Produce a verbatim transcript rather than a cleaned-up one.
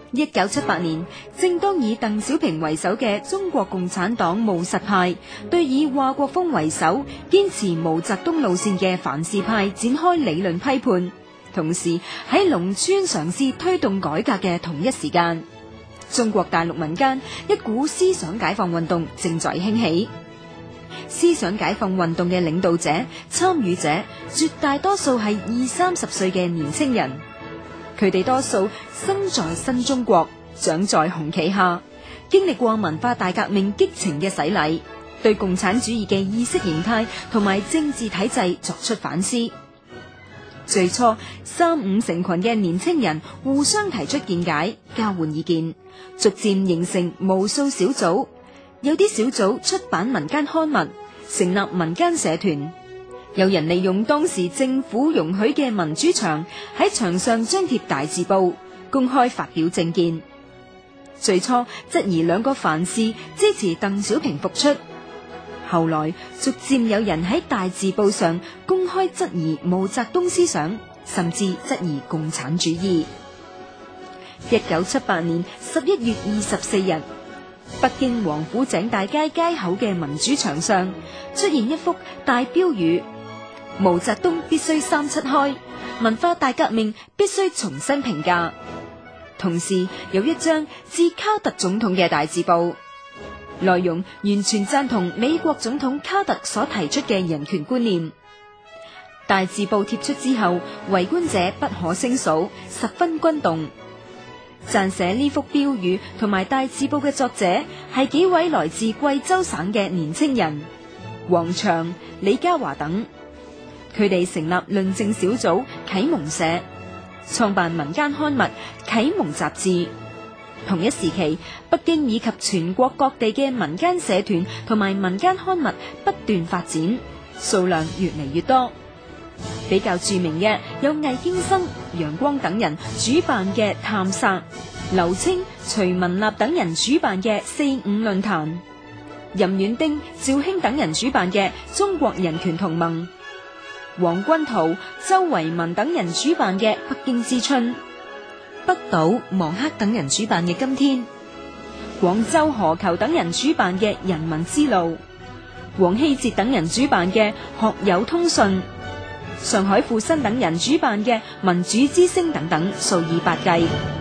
一九七八年，正當以鄧小平為首嘅中國共產黨務實派對以華國鋒為首堅持毛澤東路線嘅凡是派展開理論批判，同時喺農村嘗試推動改革嘅同一時間，中國大陸民間一股思想解放運動正在興起。思想解放運動嘅領導者、參與者絕大多數係二三十歲嘅年輕人，佢哋多數生在新中國，長在紅旗下，經歷過文化大革命激情嘅洗禮，對共產主義嘅意識形態同埋政治體制作出反思。最初三五成群嘅年輕人互相提出見解，交換意見，逐漸形成無數小組。有啲小組出版民間刊物，成立民間社團，有人利用當時政府容許嘅民主牆，喺牆上張貼大字報，公開發表政見。最初質疑兩個凡是支持鄧小平復出，後來逐漸有人喺大字報上公開質疑毛澤東思想，甚至質疑共產主義。一九七八年十一月二十四日，北京王府井大街街口嘅民主牆上出現一幅大標語：毛澤東必須三七開，文化大革命必須重新評價。同時有一張致卡特總統嘅大字報，內容完全贊同美國總統卡特所提出嘅人權觀念。大字報貼出之後，圍觀者不可勝數，十分轟動。撰寫呢幅標語同埋大字報嘅作者係幾位來自貴州省嘅年輕人，王祥、李家華等。佢哋成立論政小組啟蒙社，創辦民間刊物《啟蒙雜誌》。同一時期，北京以及全國各地嘅民間社團同埋民間刊物不斷發展，數量越嚟越多。比較著名嘅有魏京生、楊光等人主辦嘅探索，劉青、徐文立等人主辦嘅四五論壇，任遠丁、趙興等人主辦嘅中國人權同盟，黃君濤、周維民等人主辦嘅北京之春，北島、芒克等人主辦嘅今天，廣州何球等人主辦嘅人民之路，王希哲等人主辦嘅學友通訊，上海附新等人主辦嘅民主之聲等等，數以百計。